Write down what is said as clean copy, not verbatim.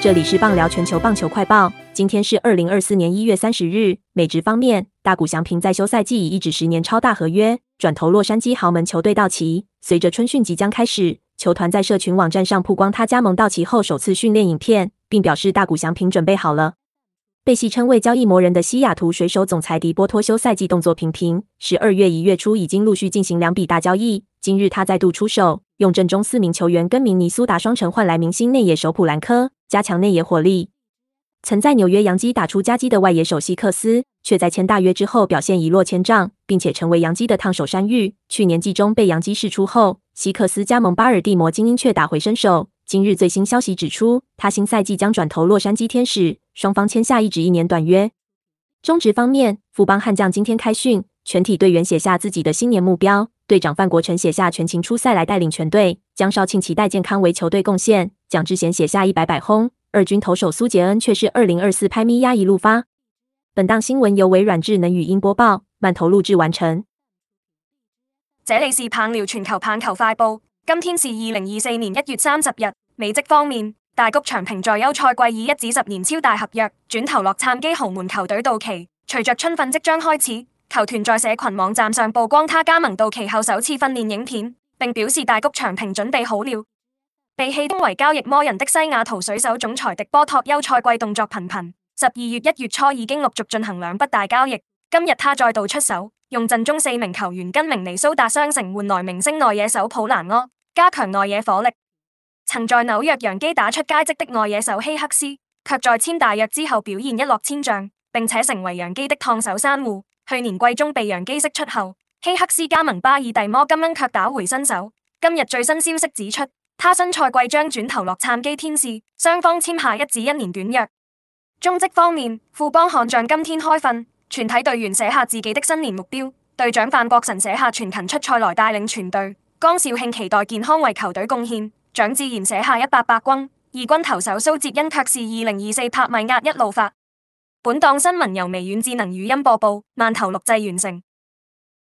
这里是棒聊全球棒球快报，今天是2024年1月30日。美职方面，大谷翔平在休赛季以一纸10年超大合约转投洛杉矶豪门球队道奇。随着春训即将开始，球团在社群网站上曝光他加盟道奇后首次训练影片，并表示大谷翔平准备好了。被戏称为交易魔人的西雅图水手总裁迪波托休赛季动作频频，12月1月初已经陆续进行2笔大交易。今日他再度出手，用阵中4名球员跟明尼苏达双城换来明星内野手普兰科，加强内野火力。曾在纽约洋基打出佳绩的外野手希克斯，却在签大约之后表现一落千丈，并且成为洋基的烫手山芋。去年季中被洋基释出后，希克斯加盟巴尔的摩精英却打回身手。今日最新消息指出，他新赛季将转投洛杉矶天使，双方签下1纸1年短约。中职方面，富邦悍将今天开训，全体队员写下自己的新年目标。队长范国成写下全勤出赛来带领全队，江少庆期待健康为球队贡献，蒋志贤写下100轰，二军投手苏杰恩却是2024拍咪呀一路发。本档新闻由微软智能语音播报，慢投錄製完成。 這裏是棒聊全球棒球快報，今天是2024年1月30日。美職方面，大谷翔平在休賽季以1紙10年超大合約轉投洛杉磯豪門球隊道奇，隨着春訓即將開始。球團在社群網站上曝光他加盟道奇後首次訓練影片，並表示大谷翔平準備好了。被戲稱為交易魔人的西雅圖水手總裁迪波托休賽季動作頻頻，12月1月初已經陸續進行2筆大交易。今日他再度出手，用陣中4名球員跟明尼蘇達雙城換來明星內野手普蘭柯，加強內野火力。曾在紐約洋基打出佳績的內野手希克斯，卻在簽大約之後表現一落千丈，並且成為洋基的燙手山芋。去年季中被洋基釋出後，希克斯加盟巴爾的摩金鶯卻打回身手。今日最新消息指出，他新賽季將轉投洛杉磯天使，雙方簽下1紙1年短約。中職方面，富邦悍將今天開訓，全體隊員寫下自己的新年目標。隊長范國臣寫下全勤出賽來帶領全隊，江少慶期待健康為球隊貢獻，蔣智賢寫下100轟，二軍投手蘇哲恩卻是2024拍米壓一路發。本檔新聞由微軟智能語音播報，慢投錄製完成。